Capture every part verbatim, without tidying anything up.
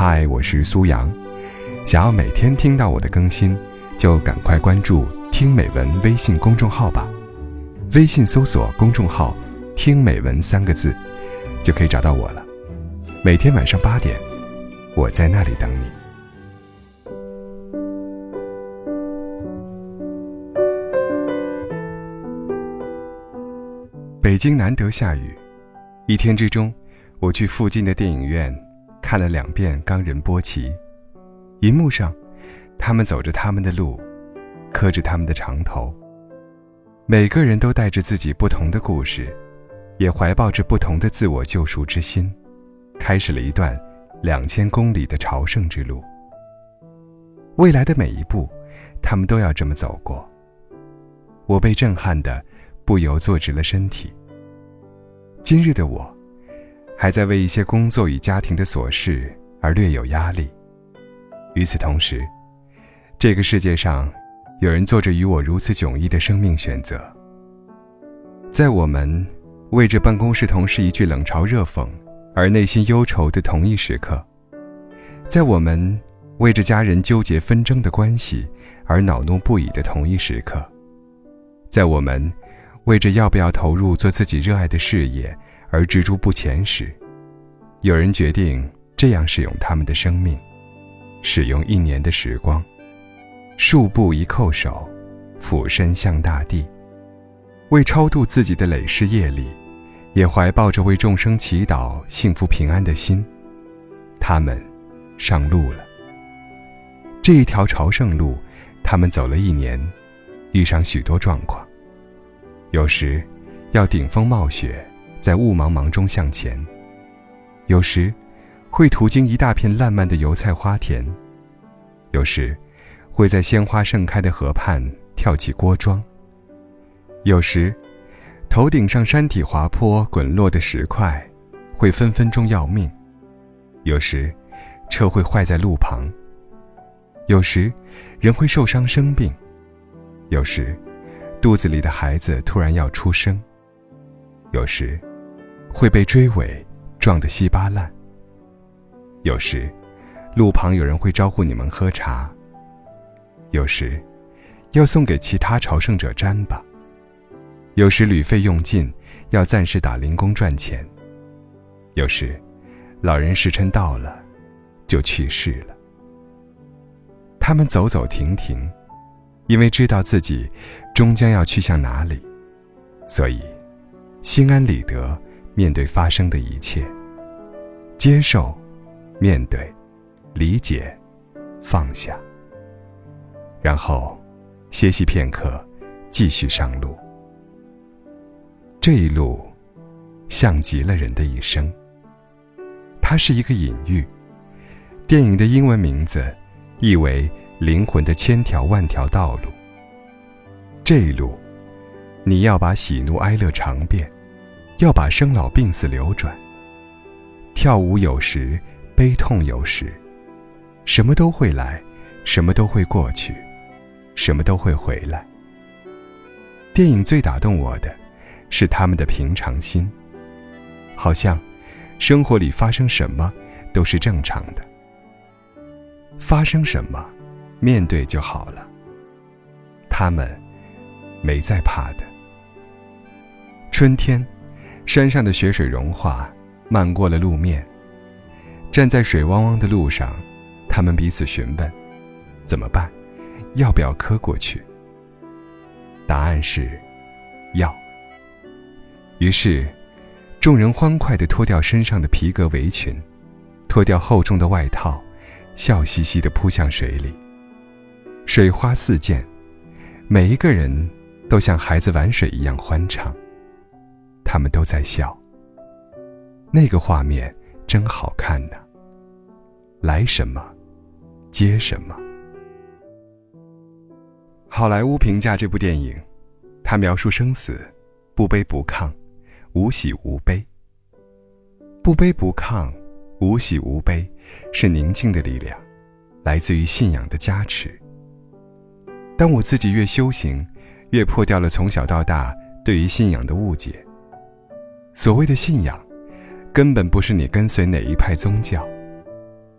嗨，我是苏阳。想要每天听到我的更新，就赶快关注听美文微信公众号吧。微信搜索公众号听美文三个字，就可以找到我了。每天晚上八点，我在那里等你。北京难得下雨，一天之中，我去附近的电影院看了两遍《冈仁波齐》。银幕上，他们走着他们的路，磕着他们的长头，每个人都带着自己不同的故事，也怀抱着不同的自我救赎之心，开始了一段两千公里的朝圣之路。未来的每一步，他们都要这么走过。我被震撼的不由坐直了身体。今日的我，还在为一些工作与家庭的琐事而略有压力。与此同时，这个世界上有人做着与我如此迥异的生命选择。在我们为着办公室同事一句冷嘲热讽而内心忧愁的同一时刻，在我们为着家人纠结纷争的关系而恼怒不已的同一时刻，在我们为着要不要投入做自己热爱的事业而踟蹰不前时，有人决定这样使用他们的生命，使用一年的时光，数步一叩首，俯身向大地，为超度自己的累世业力，也怀抱着为众生祈祷幸福平安的心，他们上路了。这一条朝圣路，他们走了一年，遇上许多状况。有时要顶风冒雪，在雾茫茫中向前；有时会途经一大片烂漫的油菜花田；有时会在鲜花盛开的河畔跳起锅庄；有时头顶上山体滑坡滚落的石块会分分钟要命；有时车会坏在路旁；有时人会受伤生病；有时肚子里的孩子突然要出生；有时会被追尾撞得稀巴烂；有时路旁有人会招呼你们喝茶；有时要送给其他朝圣者沾吧；有时旅费用尽，要暂时打零工赚钱；有时老人时辰到了就去世了。他们走走停停，因为知道自己终将要去向哪里，所以心安理得面对发生的一切，接受、面对、理解、放下，然后歇息片刻，继续上路。这一路像极了人的一生。它是一个隐喻，电影的英文名字意为灵魂的千条万条道路。这一路，你要把喜怒哀乐尝遍，要把生老病死流转。跳舞有时，悲痛有时，什么都会来，什么都会过去，什么都会回来。电影最打动我的是他们的平常心，好像生活里发生什么都是正常的，发生什么面对就好了。他们没在怕的。春天，山上的雪水融化，漫过了路面。站在水汪汪的路上，他们彼此询问：怎么办？要不要磕过去？答案是要。于是众人欢快地脱掉身上的皮革围裙，脱掉厚重的外套，笑嘻嘻地扑向水里。水花四溅，每一个人都像孩子玩水一样欢畅，他们都在笑。那个画面真好看呢。来什么，接什么。好莱坞评价这部电影，它描述生死，不卑不亢，无喜无悲。不卑不亢，无喜无悲，是宁静的力量，来自于信仰的加持。当我自己越修行，越破掉了从小到大对于信仰的误解。所谓的信仰，根本不是你跟随哪一派宗教，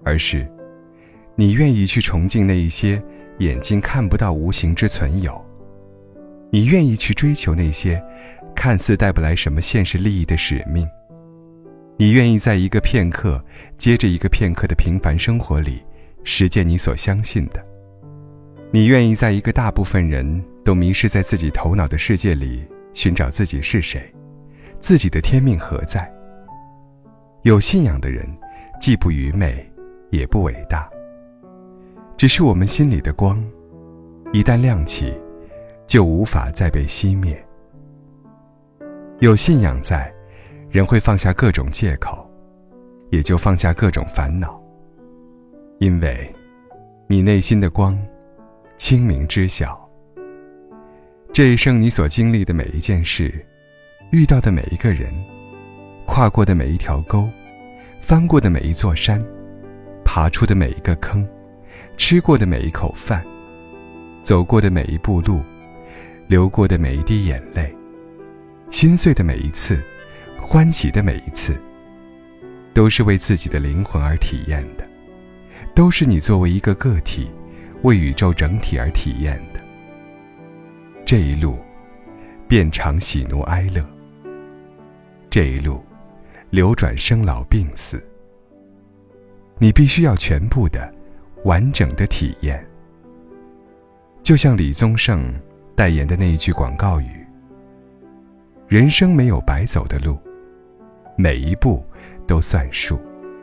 而是你愿意去崇敬那一些眼睛看不到无形之存有，你愿意去追求那些看似带不来什么现实利益的使命，你愿意在一个片刻接着一个片刻的平凡生活里实践你所相信的，你愿意在一个大部分人都迷失在自己头脑的世界里寻找自己是谁，自己的天命何在。有信仰的人既不愚昧也不伟大，只是我们心里的光一旦亮起，就无法再被熄灭。有信仰在，人会放下各种借口，也就放下各种烦恼，因为你内心的光清明知晓。这一生你所经历的每一件事，遇到的每一个人，跨过的每一条沟，翻过的每一座山，爬出的每一个坑，吃过的每一口饭，走过的每一步路，流过的每一滴眼泪，心碎的每一次，欢喜的每一次，都是为自己的灵魂而体验的，都是你作为一个个体为宇宙整体而体验的。这一路遍尝喜怒哀乐，这一路流转生老病死，你必须要全部的完整的体验。就像李宗盛代言的那一句广告语，人生没有白走的路，每一步都算数，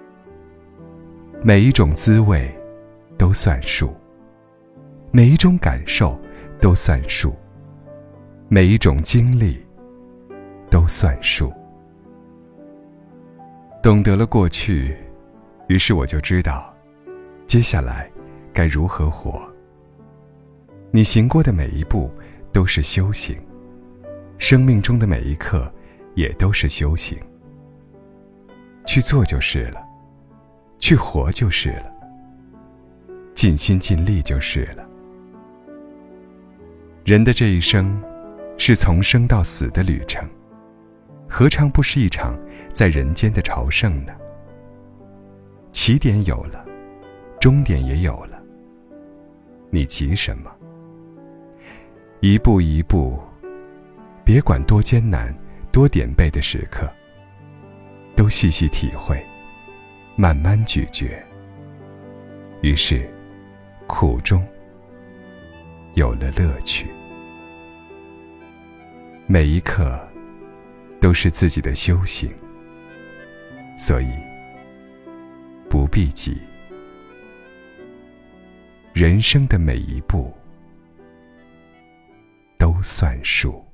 每一种滋味都算数，每一种感受都算数，每一种经历都算数。懂得了过去，于是我就知道接下来该如何活。你行过的每一步都是修行，生命中的每一刻也都是修行。去做就是了，去活就是了，尽心尽力就是了。人的这一生是从生到死的旅程，何尝不是一场在人间的朝圣呢？起点有了，终点也有了，你急什么？一步一步，别管多艰难多点背的时刻，都细细体会，慢慢咀嚼，于是苦中有了乐趣。每一刻都是自己的修行，所以不必急。人生的每一步都算数。